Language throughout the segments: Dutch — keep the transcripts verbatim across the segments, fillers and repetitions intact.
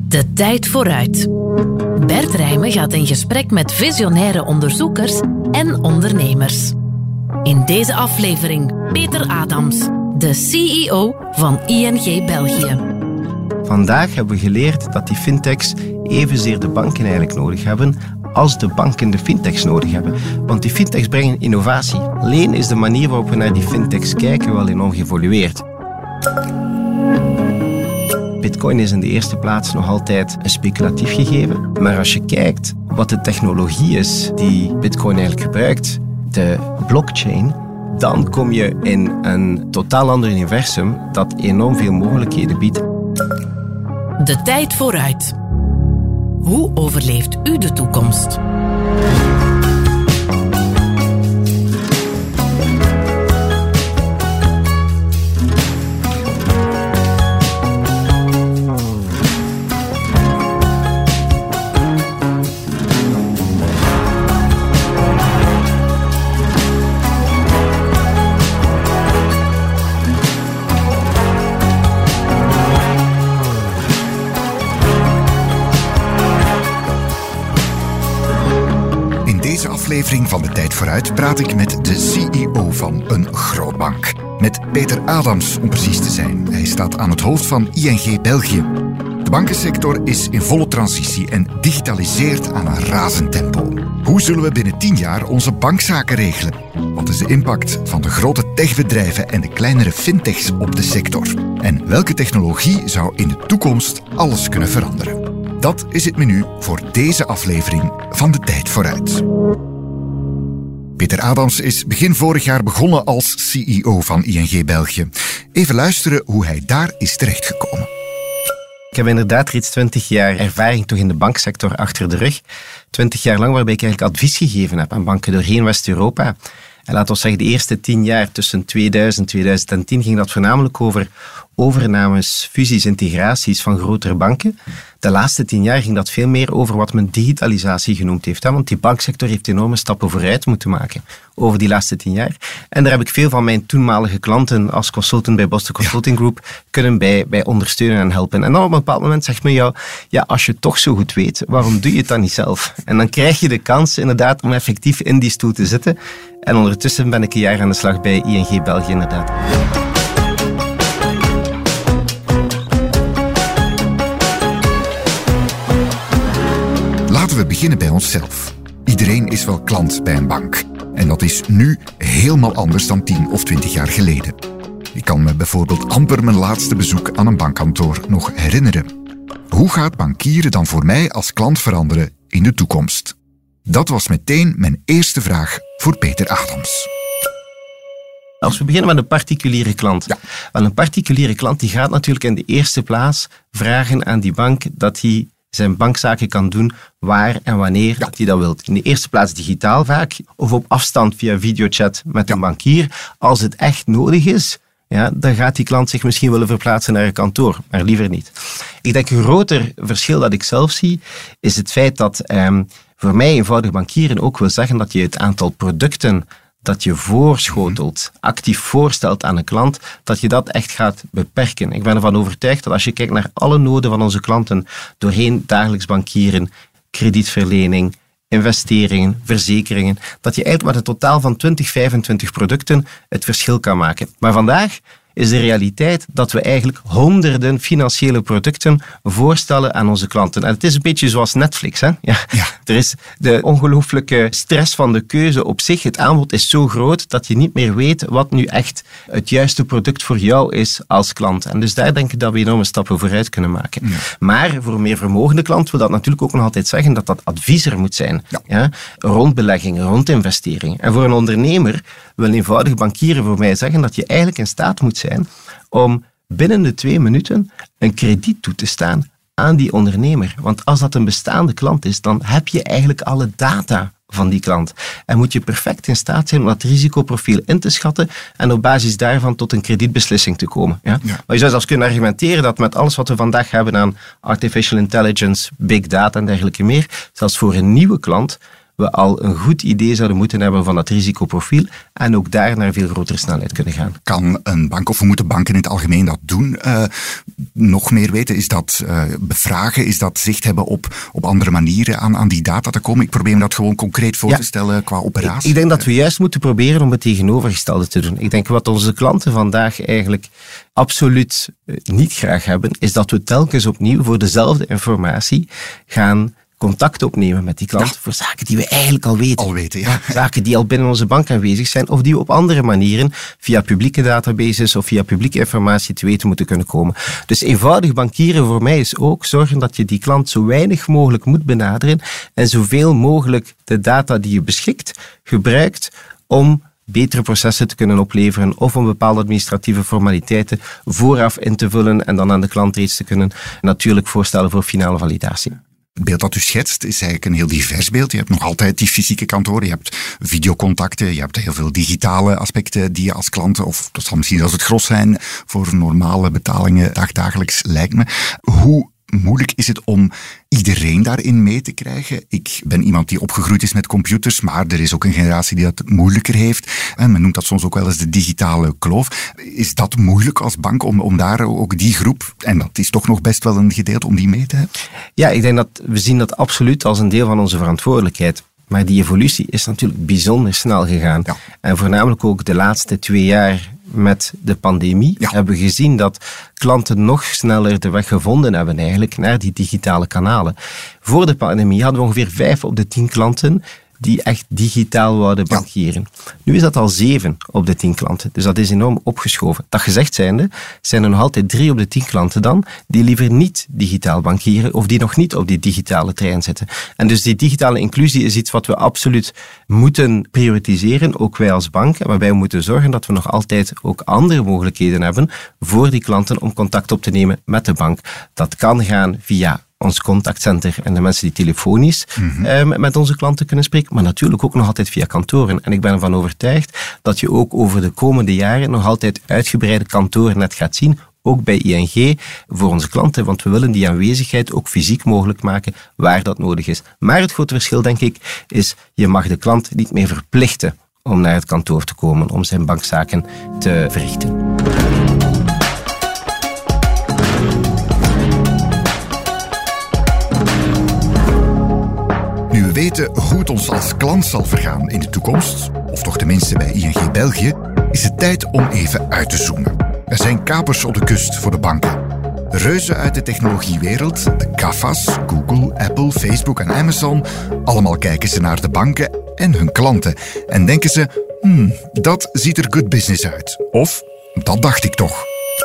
De tijd vooruit. Bert Rijmen gaat in gesprek met visionaire onderzoekers en ondernemers. In deze aflevering Peter Adams, de C E O van I N G België. Vandaag hebben we geleerd dat die fintechs evenzeer de banken eigenlijk nodig hebben als de banken de fintechs nodig hebben. Want die fintechs brengen innovatie. Alleen is de manier waarop we naar die fintechs kijken wel enorm geëvolueerd. Bitcoin is in de eerste plaats nog altijd een speculatief gegeven. Maar als je kijkt wat de technologie is die Bitcoin eigenlijk gebruikt, de blockchain, dan kom je in een totaal ander universum dat enorm veel mogelijkheden biedt. De tijd vooruit. Hoe overleeft u de toekomst? Aflevering van De Tijd Vooruit praat ik met de C E O van een grootbank. Met Peter Adams, om precies te zijn. Hij staat aan het hoofd van I N G België. De bankensector is in volle transitie en digitaliseert aan een razend tempo. Hoe zullen we binnen tien jaar onze bankzaken regelen? Wat is de impact van de grote techbedrijven en de kleinere fintechs op de sector? En welke technologie zou in de toekomst alles kunnen veranderen? Dat is het menu voor deze aflevering van De Tijd Vooruit. Peter Adams is begin vorig jaar begonnen als C E O van I N G België. Even luisteren hoe hij daar is terechtgekomen. Ik heb inderdaad reeds twintig jaar ervaring toch in de banksector achter de rug. Twintig jaar lang waarbij ik eigenlijk advies gegeven heb aan banken doorheen West-Europa. En laten we zeggen, de eerste tien jaar tussen tweeduizend en tweeduizend tien ging dat voornamelijk over overnames, fusies, integraties van grotere banken. De laatste tien jaar ging dat veel meer over wat men digitalisatie genoemd heeft. Want die banksector heeft enorme stappen vooruit moeten maken over die laatste tien jaar. En daar heb ik veel van mijn toenmalige klanten als consultant bij Boston Consulting Group kunnen bij, bij ondersteunen en helpen. En dan op een bepaald moment zegt men jou, ja, als je het toch zo goed weet, waarom doe je het dan niet zelf? En dan krijg je de kans inderdaad om effectief in die stoel te zitten. En ondertussen ben ik een jaar aan de slag bij I N G België inderdaad. Laten we beginnen bij onszelf. Iedereen is wel klant bij een bank. En dat is nu helemaal anders dan tien of twintig jaar geleden. Ik kan me bijvoorbeeld amper mijn laatste bezoek aan een bankkantoor nog herinneren. Hoe gaat bankieren dan voor mij als klant veranderen in de toekomst? Dat was meteen mijn eerste vraag voor Peter Adams. Als we beginnen met een particuliere klant. Ja. Want een particuliere klant die gaat natuurlijk in de eerste plaats vragen aan die bank dat hij zijn bankzaken kan doen waar en wanneer ja. dat hij dat wil. In de eerste plaats digitaal vaak, of op afstand via videochat met ja. een bankier. Als het echt nodig is, ja, dan gaat die klant zich misschien willen verplaatsen naar een kantoor, maar liever niet. Ik denk een groter verschil dat ik zelf zie, is het feit dat eh, voor mij eenvoudig bankieren ook wil zeggen dat je het aantal producten dat je voorschotelt, actief voorstelt aan een klant, dat je dat echt gaat beperken. Ik ben ervan overtuigd dat als je kijkt naar alle noden van onze klanten doorheen dagelijks bankieren, kredietverlening, investeringen, verzekeringen, dat je eigenlijk met een totaal van twintig, vijfentwintig producten het verschil kan maken. Maar vandaag is de realiteit dat we eigenlijk honderden financiële producten voorstellen aan onze klanten. En het is een beetje zoals Netflix. Hè? Ja. Ja. Er is de ongelooflijke stress van de keuze op zich. Het aanbod is zo groot dat je niet meer weet wat nu echt het juiste product voor jou is als klant. En dus daar denk ik dat we enorme stappen vooruit kunnen maken. Ja. Maar voor een meer vermogende klant wil dat natuurlijk ook nog altijd zeggen dat dat adviezer moet zijn. Ja. Ja? Rond beleggingen, rond investeringen. En voor een ondernemer wil eenvoudig bankieren voor mij zeggen dat je eigenlijk in staat moet zijn om binnen de twee minuten een krediet toe te staan aan die ondernemer. Want als dat een bestaande klant is, dan heb je eigenlijk alle data van die klant. En moet je perfect in staat zijn om dat risicoprofiel in te schatten en op basis daarvan tot een kredietbeslissing te komen. Ja? Ja. Maar je zou zelfs kunnen argumenteren dat met alles wat we vandaag hebben aan artificial intelligence, big data en dergelijke meer, zelfs voor een nieuwe klant we al een goed idee zouden moeten hebben van dat risicoprofiel en ook daar naar veel grotere snelheid kunnen gaan. Kan een bank, of moeten banken in het algemeen dat doen? Uh, nog meer weten, is dat uh, bevragen, is dat zicht hebben op, op andere manieren aan, aan die data te komen? Ik probeer me dat gewoon concreet voor ja. te stellen qua operatie. Ik, ik denk dat we juist moeten proberen om het tegenovergestelde te doen. Ik denk wat onze klanten vandaag eigenlijk absoluut niet graag hebben, is dat we telkens opnieuw voor dezelfde informatie gaan contact opnemen met die klant ja. voor zaken die we eigenlijk al weten. Al weten, ja. Zaken die al binnen onze bank aanwezig zijn of die we op andere manieren via publieke databases of via publieke informatie te weten moeten kunnen komen. Dus eenvoudig bankieren voor mij is ook zorgen dat je die klant zo weinig mogelijk moet benaderen en zoveel mogelijk de data die je beschikt gebruikt om betere processen te kunnen opleveren of om bepaalde administratieve formaliteiten vooraf in te vullen en dan aan de klant reeds te kunnen natuurlijk voorstellen voor finale validatie. Het beeld dat u schetst is eigenlijk een heel divers beeld. Je hebt nog altijd die fysieke kantoren, je hebt videocontacten, je hebt heel veel digitale aspecten die je als klant, of dat zal misschien zelfs het gros zijn, voor normale betalingen dagdagelijks lijkt me. Hoe moeilijk is het om iedereen daarin mee te krijgen? Ik ben iemand die opgegroeid is met computers, maar er is ook een generatie die dat moeilijker heeft. En men noemt dat soms ook wel eens de digitale kloof. Is dat moeilijk als bank om, om daar ook die groep, en dat is toch nog best wel een gedeelte, om die mee te hebben? Ja, ik denk dat we zien dat absoluut als een deel van onze verantwoordelijkheid. Maar die evolutie is natuurlijk bijzonder snel gegaan. Ja. En voornamelijk ook de laatste twee jaar met de pandemie ja. hebben we gezien dat klanten nog sneller de weg gevonden hebben eigenlijk naar die digitale kanalen. Voor de pandemie hadden we ongeveer vijf op de tien klanten die echt digitaal wouden bankieren. Ja. Nu is dat al zeven op de tien klanten, dus dat is enorm opgeschoven. Dat gezegd zijnde, zijn er nog altijd drie op de tien klanten dan die liever niet digitaal bankieren of die nog niet op die digitale trein zitten. En dus die digitale inclusie is iets wat we absoluut moeten prioritiseren, ook wij als bank, waarbij we moeten zorgen dat we nog altijd ook andere mogelijkheden hebben voor die klanten om contact op te nemen met de bank. Dat kan gaan via ons contactcenter en de mensen die telefonisch mm-hmm. eh, met onze klanten kunnen spreken, maar natuurlijk ook nog altijd via kantoren. En ik ben ervan overtuigd dat je ook over de komende jaren nog altijd uitgebreide kantoornet gaat zien, ook bij I N G, voor onze klanten, want we willen die aanwezigheid ook fysiek mogelijk maken waar dat nodig is. Maar het grote verschil, denk ik, is je mag de klant niet meer verplichten om naar het kantoor te komen, om zijn bankzaken te verrichten. Nu we weten hoe het ons als klant zal vergaan in de toekomst, of toch tenminste bij I N G België, is het tijd om even uit te zoomen. Er zijn kapers op de kust voor de banken. De reuzen uit de technologiewereld, de GAFA's, Google, Apple, Facebook en Amazon, allemaal kijken ze naar de banken en hun klanten en denken ze, hmm, dat ziet er good business uit. Of, dat dacht ik toch.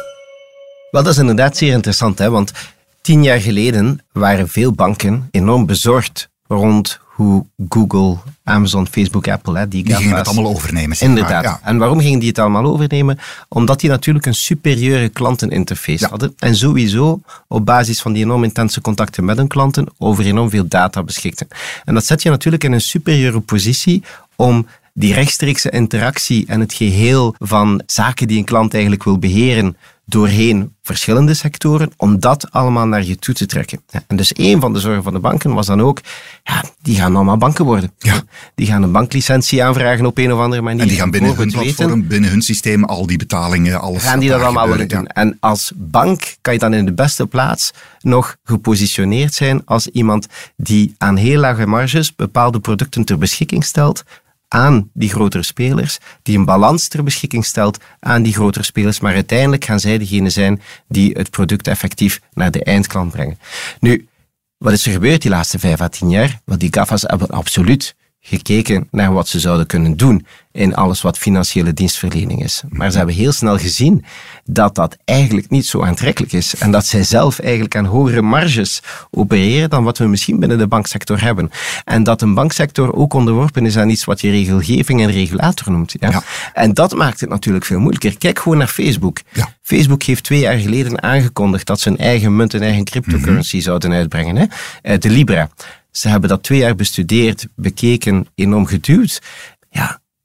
Wel, dat is inderdaad zeer interessant, hè? Want tien jaar geleden waren veel banken enorm bezorgd rond hoe Google, Amazon, Facebook, Apple, hè, die Die gingen het allemaal overnemen. Zeg Inderdaad. Maar, ja. En waarom gingen die het allemaal overnemen? Omdat die natuurlijk een superieure klanteninterface ja. hadden. En sowieso op basis van die enorm intense contacten met hun klanten over enorm veel data beschikten. En dat zet je natuurlijk in een superieure positie om die rechtstreekse interactie en het geheel van zaken die een klant eigenlijk wil beheren doorheen verschillende sectoren, om dat allemaal naar je toe te trekken. En dus een van de zorgen van de banken was dan ook, ja, die gaan allemaal banken worden. Ja. Die gaan een banklicentie aanvragen op een of andere manier. En die gaan binnen hun platform, weten, binnen hun systeem, al die betalingen, alles. Gaan die dat allemaal willen doen. Ja. En als bank kan je dan in de beste plaats nog gepositioneerd zijn als iemand die aan heel lage marges bepaalde producten ter beschikking stelt aan die grotere spelers, die een balans ter beschikking stelt aan die grotere spelers, maar uiteindelijk gaan zij degene zijn die het product effectief naar de eindklant brengen. Nu, wat is er gebeurd die laatste vijf à tien jaar? Wel, die GAFA's hebben absoluut gekeken naar wat ze zouden kunnen doen in alles wat financiële dienstverlening is. Maar ze hebben heel snel gezien dat dat eigenlijk niet zo aantrekkelijk is en dat zij zelf eigenlijk aan hogere marges opereren dan wat we misschien binnen de banksector hebben. En dat een banksector ook onderworpen is aan iets wat je regelgeving en regulator noemt. Ja? Ja. En dat maakt het natuurlijk veel moeilijker. Kijk gewoon naar Facebook. Ja. Facebook heeft twee jaar geleden aangekondigd dat ze een eigen munt, een eigen cryptocurrency mm-hmm. zouden uitbrengen. Hè? De Libra. Ze hebben dat twee jaar bestudeerd, bekeken, enorm geduwd. Ja,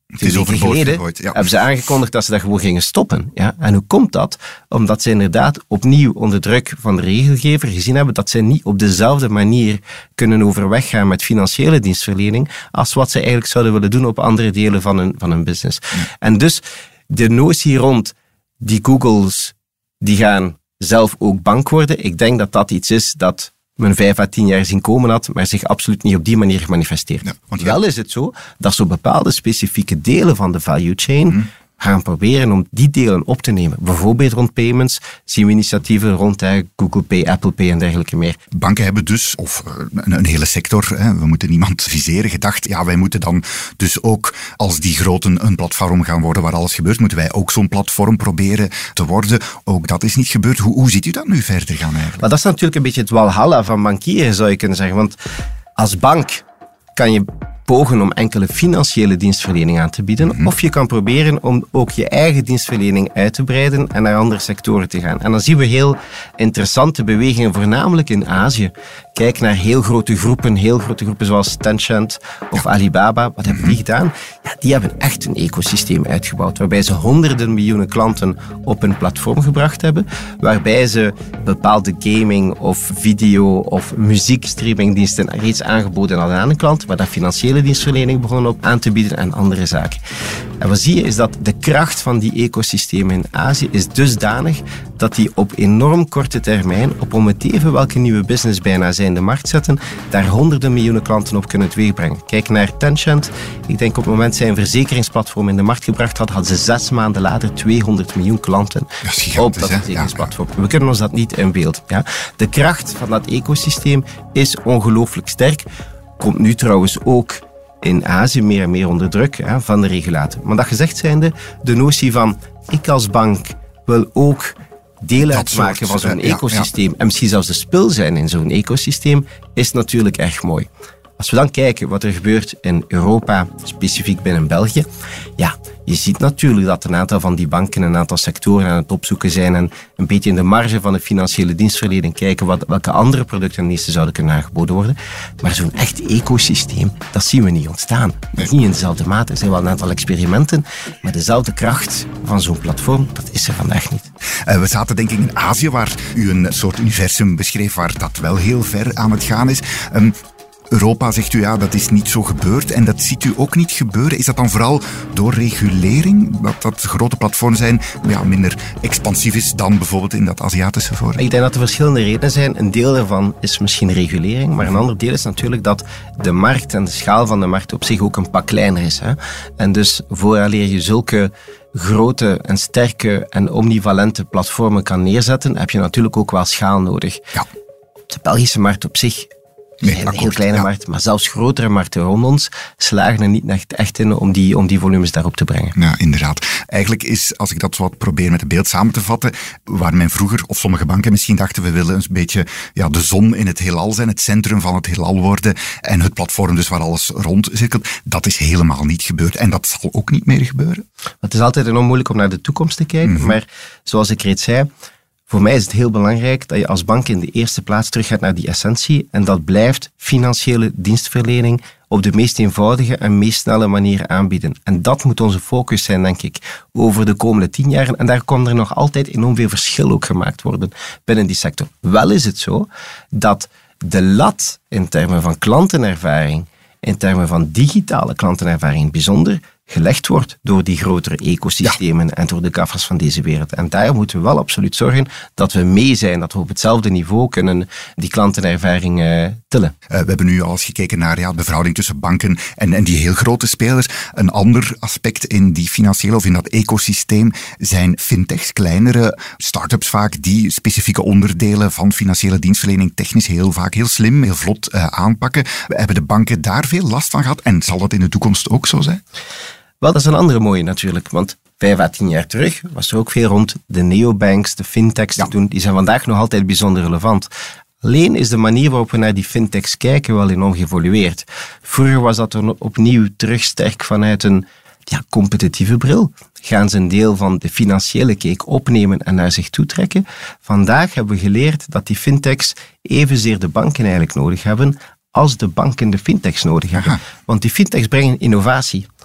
twee weken geleden gegooid, ja. hebben ze aangekondigd dat ze dat gewoon gingen stoppen. Ja? En hoe komt dat? Omdat ze inderdaad opnieuw onder druk van de regelgever gezien hebben dat ze niet op dezelfde manier kunnen overweg gaan met financiële dienstverlening als wat ze eigenlijk zouden willen doen op andere delen van hun, van hun business. Ja. En dus de notie rond die Googles, die gaan zelf ook bank worden. Ik denk dat dat iets is dat men vijf à tien jaar zien komen had, maar zich absoluut niet op die manier gemanifesteerd. Ja, want wel is het zo dat zo bepaalde specifieke delen van de value chain mm. gaan proberen om die delen op te nemen. Bijvoorbeeld rond payments zien we initiatieven rond hè, Google Pay, Apple Pay en dergelijke meer. Banken hebben dus, of een, een hele sector, hè, we moeten niemand viseren, gedacht, ja, wij moeten dan dus ook, als die groten een platform gaan worden waar alles gebeurt, moeten wij ook zo'n platform proberen te worden. Ook dat is niet gebeurd. Hoe, hoe ziet u dat nu verder gaan eigenlijk? Maar dat is natuurlijk een beetje het walhalla van bankieren, zou je kunnen zeggen. Want als bank kan je pogen om enkele financiële dienstverlening aan te bieden, mm-hmm. of je kan proberen om ook je eigen dienstverlening uit te breiden en naar andere sectoren te gaan. En dan zien we heel interessante bewegingen, voornamelijk in Azië. Kijk naar heel grote groepen, heel grote groepen zoals Tencent of ja. Alibaba. Wat hebben die gedaan? Ja, die hebben echt een ecosysteem uitgebouwd, waarbij ze honderden miljoenen klanten op een platform gebracht hebben, waarbij ze bepaalde gaming of video of muziekstreamingdiensten reeds aangeboden hadden aan een klant, maar dat financiële dienstverlening begonnen op aan te bieden en andere zaken. En wat zie je is dat de kracht van die ecosystemen in Azië is dusdanig dat die op enorm korte termijn, op om het even welke nieuwe business bijna zij in de markt zetten, daar honderden miljoenen klanten op kunnen teweegbrengen. Kijk naar Tencent. Ik denk op het moment zij een verzekeringsplatform in de markt gebracht had, hadden ze zes maanden later tweehonderd miljoen klanten dat op dat verzekeringsplatform. Ja, ja. We kunnen ons dat niet inbeelden. Ja? De kracht van dat ecosysteem is ongelooflijk sterk. Komt nu trouwens ook in Azië meer en meer onder druk hè, van de regulator. Maar dat gezegd zijnde, de notie van ik als bank wil ook deel uitmaken van zo'n ja, ecosysteem ja. en misschien zelfs de spil zijn in zo'n ecosysteem, is natuurlijk erg mooi. Als we dan kijken wat er gebeurt in Europa, specifiek binnen België, ja, je ziet natuurlijk dat een aantal van die banken een aantal sectoren aan het opzoeken zijn en een beetje in de marge van de financiële dienstverlening kijken wat, welke andere producten het meeste zouden kunnen aangeboden worden. Maar zo'n echt ecosysteem, dat zien we niet ontstaan. Niet in dezelfde mate. Er zijn wel een aantal experimenten, maar dezelfde kracht van zo'n platform, dat is er vandaag niet. Uh, we zaten denk ik in Azië, waar u een soort universum beschreef waar dat wel heel ver aan het gaan is. Um, Europa, zegt u, ja, dat is niet zo gebeurd en dat ziet u ook niet gebeuren. Is dat dan vooral door regulering, dat dat grote platforms zijn, ja, minder expansief is dan bijvoorbeeld in dat Aziatische forum? Ik denk dat er verschillende redenen zijn. Een deel daarvan is misschien regulering, maar een ander deel is natuurlijk dat de markt en de schaal van de markt op zich ook een pak kleiner is. Hè? En dus vooraleer je zulke grote en sterke en omnivalente platformen kan neerzetten, heb je natuurlijk ook wel schaal nodig. Ja. Op de Belgische markt op zich Nee, een heel kleine ja. markt, maar zelfs grotere markten rond ons slagen er niet echt, echt in om die, om die volumes daarop te brengen. Ja, inderdaad. Eigenlijk is, als ik dat wat probeer met een beeld samen te vatten, waar men vroeger, of sommige banken misschien dachten, we willen een beetje ja, de zon in het heelal zijn, het centrum van het heelal worden en het platform dus waar alles rond cirkelt, dat is helemaal niet gebeurd. En dat zal ook niet meer gebeuren. Het is altijd enorm moeilijk om naar de toekomst te kijken, mm-hmm. maar zoals ik reeds zei, voor mij is het heel belangrijk dat je als bank in de eerste plaats teruggaat naar die essentie en dat blijft financiële dienstverlening op de meest eenvoudige en meest snelle manier aanbieden. En dat moet onze focus zijn, denk ik, over de komende tien jaar. En daar kan er nog altijd enorm veel verschil ook gemaakt worden binnen die sector. Wel is het zo dat de lat in termen van klantenervaring, in termen van digitale klantenervaring bijzonder gelegd wordt door die grotere ecosystemen ja. en door de gaffers van deze wereld. En daar moeten we wel absoluut zorgen dat we mee zijn, dat we op hetzelfde niveau kunnen die klantenervaring uh, tillen. Uh, we hebben nu al eens gekeken naar ja, de verhouding tussen banken en, en die heel grote spelers. Een ander aspect in die financiële of in dat ecosysteem zijn fintechs, kleinere start-ups vaak, die specifieke onderdelen van financiële dienstverlening technisch heel vaak heel slim, heel vlot uh, aanpakken. We hebben de banken daar veel last van gehad en zal dat in de toekomst ook zo zijn? Wel, dat is een andere mooie natuurlijk, want vijf à tien jaar terug was er ook veel rond de neobanks, de fintechs te ja. doen. Die zijn vandaag nog altijd bijzonder relevant. Alleen is de manier waarop we naar die fintechs kijken wel enorm geëvolueerd. Vroeger was dat er opnieuw terug sterk vanuit een ja, competitieve bril. Gaan ze een deel van de financiële cake opnemen en naar zich toe trekken. Vandaag hebben we geleerd dat die fintechs evenzeer de banken eigenlijk nodig hebben als de banken de fintechs nodig hebben. Aha. Want die fintechs brengen innovatie.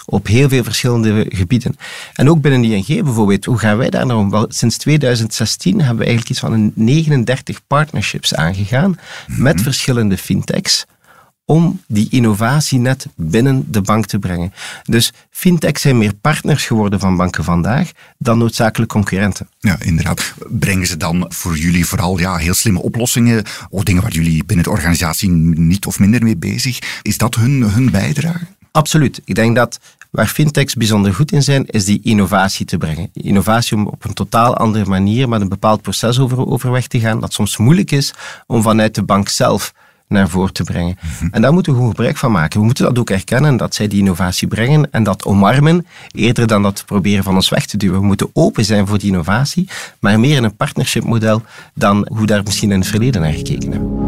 op heel veel verschillende gebieden. En ook binnen I N G bijvoorbeeld, hoe gaan wij daar nou om? Wel, sinds tweeduizend zestien hebben we eigenlijk iets van een negenendertig partnerships aangegaan mm-hmm. met verschillende fintechs, om die innovatie net binnen de bank te brengen. Dus fintechs zijn meer partners geworden van banken vandaag dan noodzakelijk concurrenten. Ja, inderdaad. Brengen ze dan voor jullie vooral ja, heel slimme oplossingen, of dingen waar jullie binnen de organisatie niet of minder mee bezig? Is dat hun, hun bijdrage? Absoluut. Ik denk dat waar fintechs bijzonder goed in zijn, is die innovatie te brengen. Innovatie om op een totaal andere manier met een bepaald proces over, overweg te gaan, dat soms moeilijk is om vanuit de bank zelf naar voren te brengen. Mm-hmm. En daar moeten we gewoon gebruik van maken. We moeten dat ook erkennen, dat zij die innovatie brengen en dat omarmen, eerder dan dat proberen van ons weg te duwen. We moeten open zijn voor die innovatie, maar meer in een partnership model dan hoe daar misschien in het verleden naar gekeken hebben.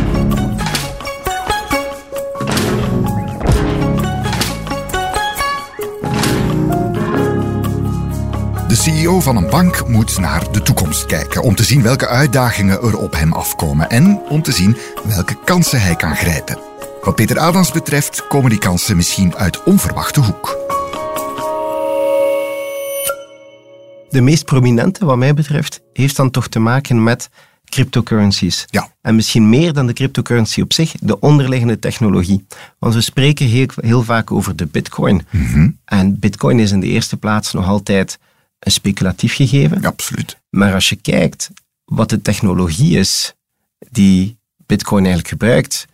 De C E O van een bank moet naar de toekomst kijken om te zien welke uitdagingen er op hem afkomen en om te zien welke kansen hij kan grijpen. Wat Peter Adams betreft komen die kansen misschien uit onverwachte hoek. De meest prominente, wat mij betreft, heeft dan toch te maken met cryptocurrencies. Ja. En misschien meer dan de cryptocurrency op zich, de onderliggende technologie. Want we spreken heel, heel vaak over de bitcoin. Mm-hmm. En bitcoin is in de eerste plaats nog altijd een speculatief gegeven. Ja, absoluut. Maar als je kijkt wat de technologie is die bitcoin eigenlijk gebruikt,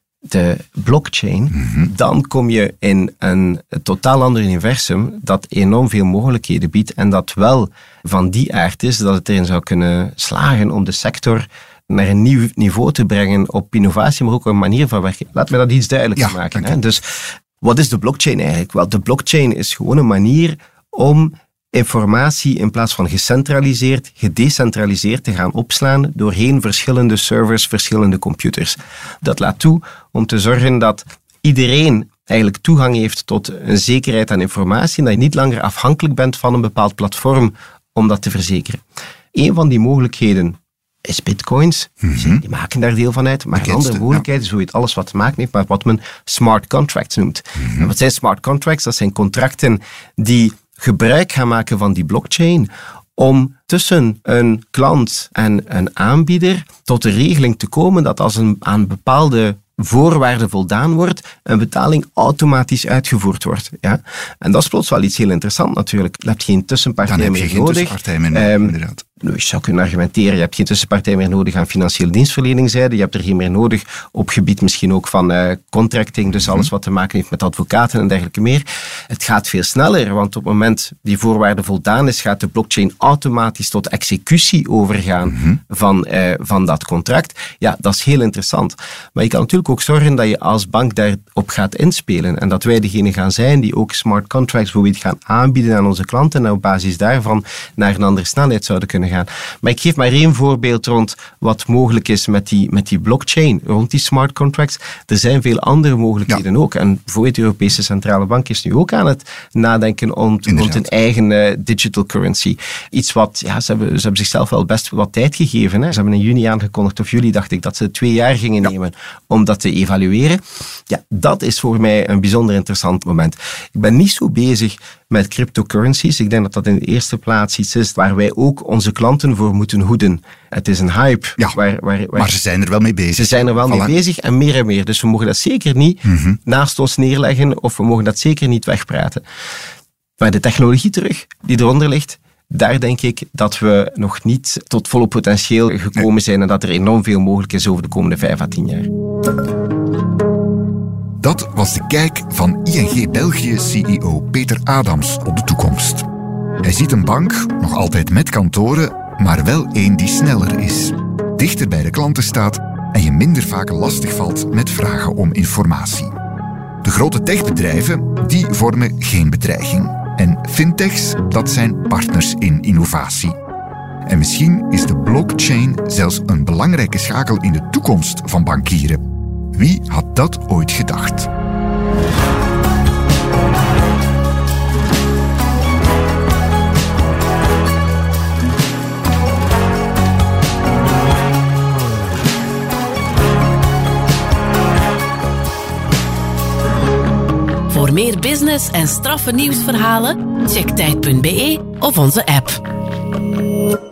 de blockchain, mm-hmm. dan kom je in een totaal ander universum dat enorm veel mogelijkheden biedt en dat wel van die aard is dat het erin zou kunnen slagen om de sector naar een nieuw niveau te brengen op innovatie, maar ook op een manier van werken. Laat me dat iets duidelijker ja, maken. Hè? Dus wat is de blockchain eigenlijk? Wel, de blockchain is gewoon een manier om informatie in plaats van gecentraliseerd, gedecentraliseerd te gaan opslaan doorheen verschillende servers, verschillende computers. Dat laat toe om te zorgen dat iedereen eigenlijk toegang heeft tot een zekerheid aan informatie en dat je niet langer afhankelijk bent van een bepaald platform om dat te verzekeren. Een van die mogelijkheden is bitcoins. Mm-hmm. Die maken daar deel van uit. Maar Bekendste, een andere mogelijkheid is hoe je het alles wat te maken heeft met wat men smart contracts noemt. Mm-hmm. En wat zijn smart contracts? Dat zijn contracten die gebruik gaan maken van die blockchain om tussen een klant en een aanbieder tot de regeling te komen dat als een, aan bepaalde voorwaarden voldaan wordt, een betaling automatisch uitgevoerd wordt. Ja? En dat is plots wel iets heel interessants natuurlijk. Je hebt geen tussenpartij Dan meer heb je geen nodig. tussenpartij meer nodig, um, inderdaad. Je zou kunnen argumenteren, je hebt geen tussenpartij meer nodig aan financiële dienstverleningzijde, je hebt er geen meer nodig op gebied misschien ook van uh, contracting, dus alles wat te maken heeft met advocaten en dergelijke meer. Het gaat veel sneller, want op het moment die voorwaarde voldaan is, gaat de blockchain automatisch tot executie overgaan mm-hmm. van, uh, van dat contract. Ja, dat is heel interessant. Maar je kan natuurlijk ook zorgen dat je als bank daarop gaat inspelen en dat wij degene gaan zijn die ook smart contracts bijvoorbeeld gaan aanbieden aan onze klanten en op basis daarvan naar een andere snelheid zouden kunnen gaan. Maar ik geef maar één voorbeeld rond wat mogelijk is met die, met die blockchain, rond die smart contracts. Er zijn veel andere mogelijkheden ja. ook. En bijvoorbeeld de Europese Centrale Bank is nu ook aan het nadenken rond, rond een eigen uh, digital currency. Iets wat, ja, ze hebben, ze hebben zichzelf wel best wat tijd gegeven. Hè. Ze hebben in juni aangekondigd, of juli dacht ik, dat ze twee jaar gingen ja. nemen om dat te evalueren. Ja, dat is voor mij een bijzonder interessant moment. Ik ben niet zo bezig met cryptocurrencies. Ik denk dat dat in de eerste plaats iets is waar wij ook onze klanten voor moeten hoeden. Het is een hype. Ja, waar, waar, waar, maar ze zijn er wel mee bezig. Ze zijn er wel voilà. mee bezig en meer en meer. Dus we mogen dat zeker niet mm-hmm. naast ons neerleggen of we mogen dat zeker niet wegpraten. Maar de technologie terug, die eronder ligt, daar denk ik dat we nog niet tot volle potentieel gekomen nee. zijn en dat er enorm veel mogelijk is over de komende vijf à tien jaar. Dat was de kijk van I N G België C E O Peter Adams op de toekomst. Hij ziet een bank, nog altijd met kantoren, maar wel één die sneller is. Dichter bij de klanten staat en je minder vaak lastig valt met vragen om informatie. De grote techbedrijven, die vormen geen bedreiging. En fintechs, dat zijn partners in innovatie. En misschien is de blockchain zelfs een belangrijke schakel in de toekomst van bankieren. Wie had dat ooit gedacht? Voor meer business en straffe nieuwsverhalen? Check tijd punt be of onze app.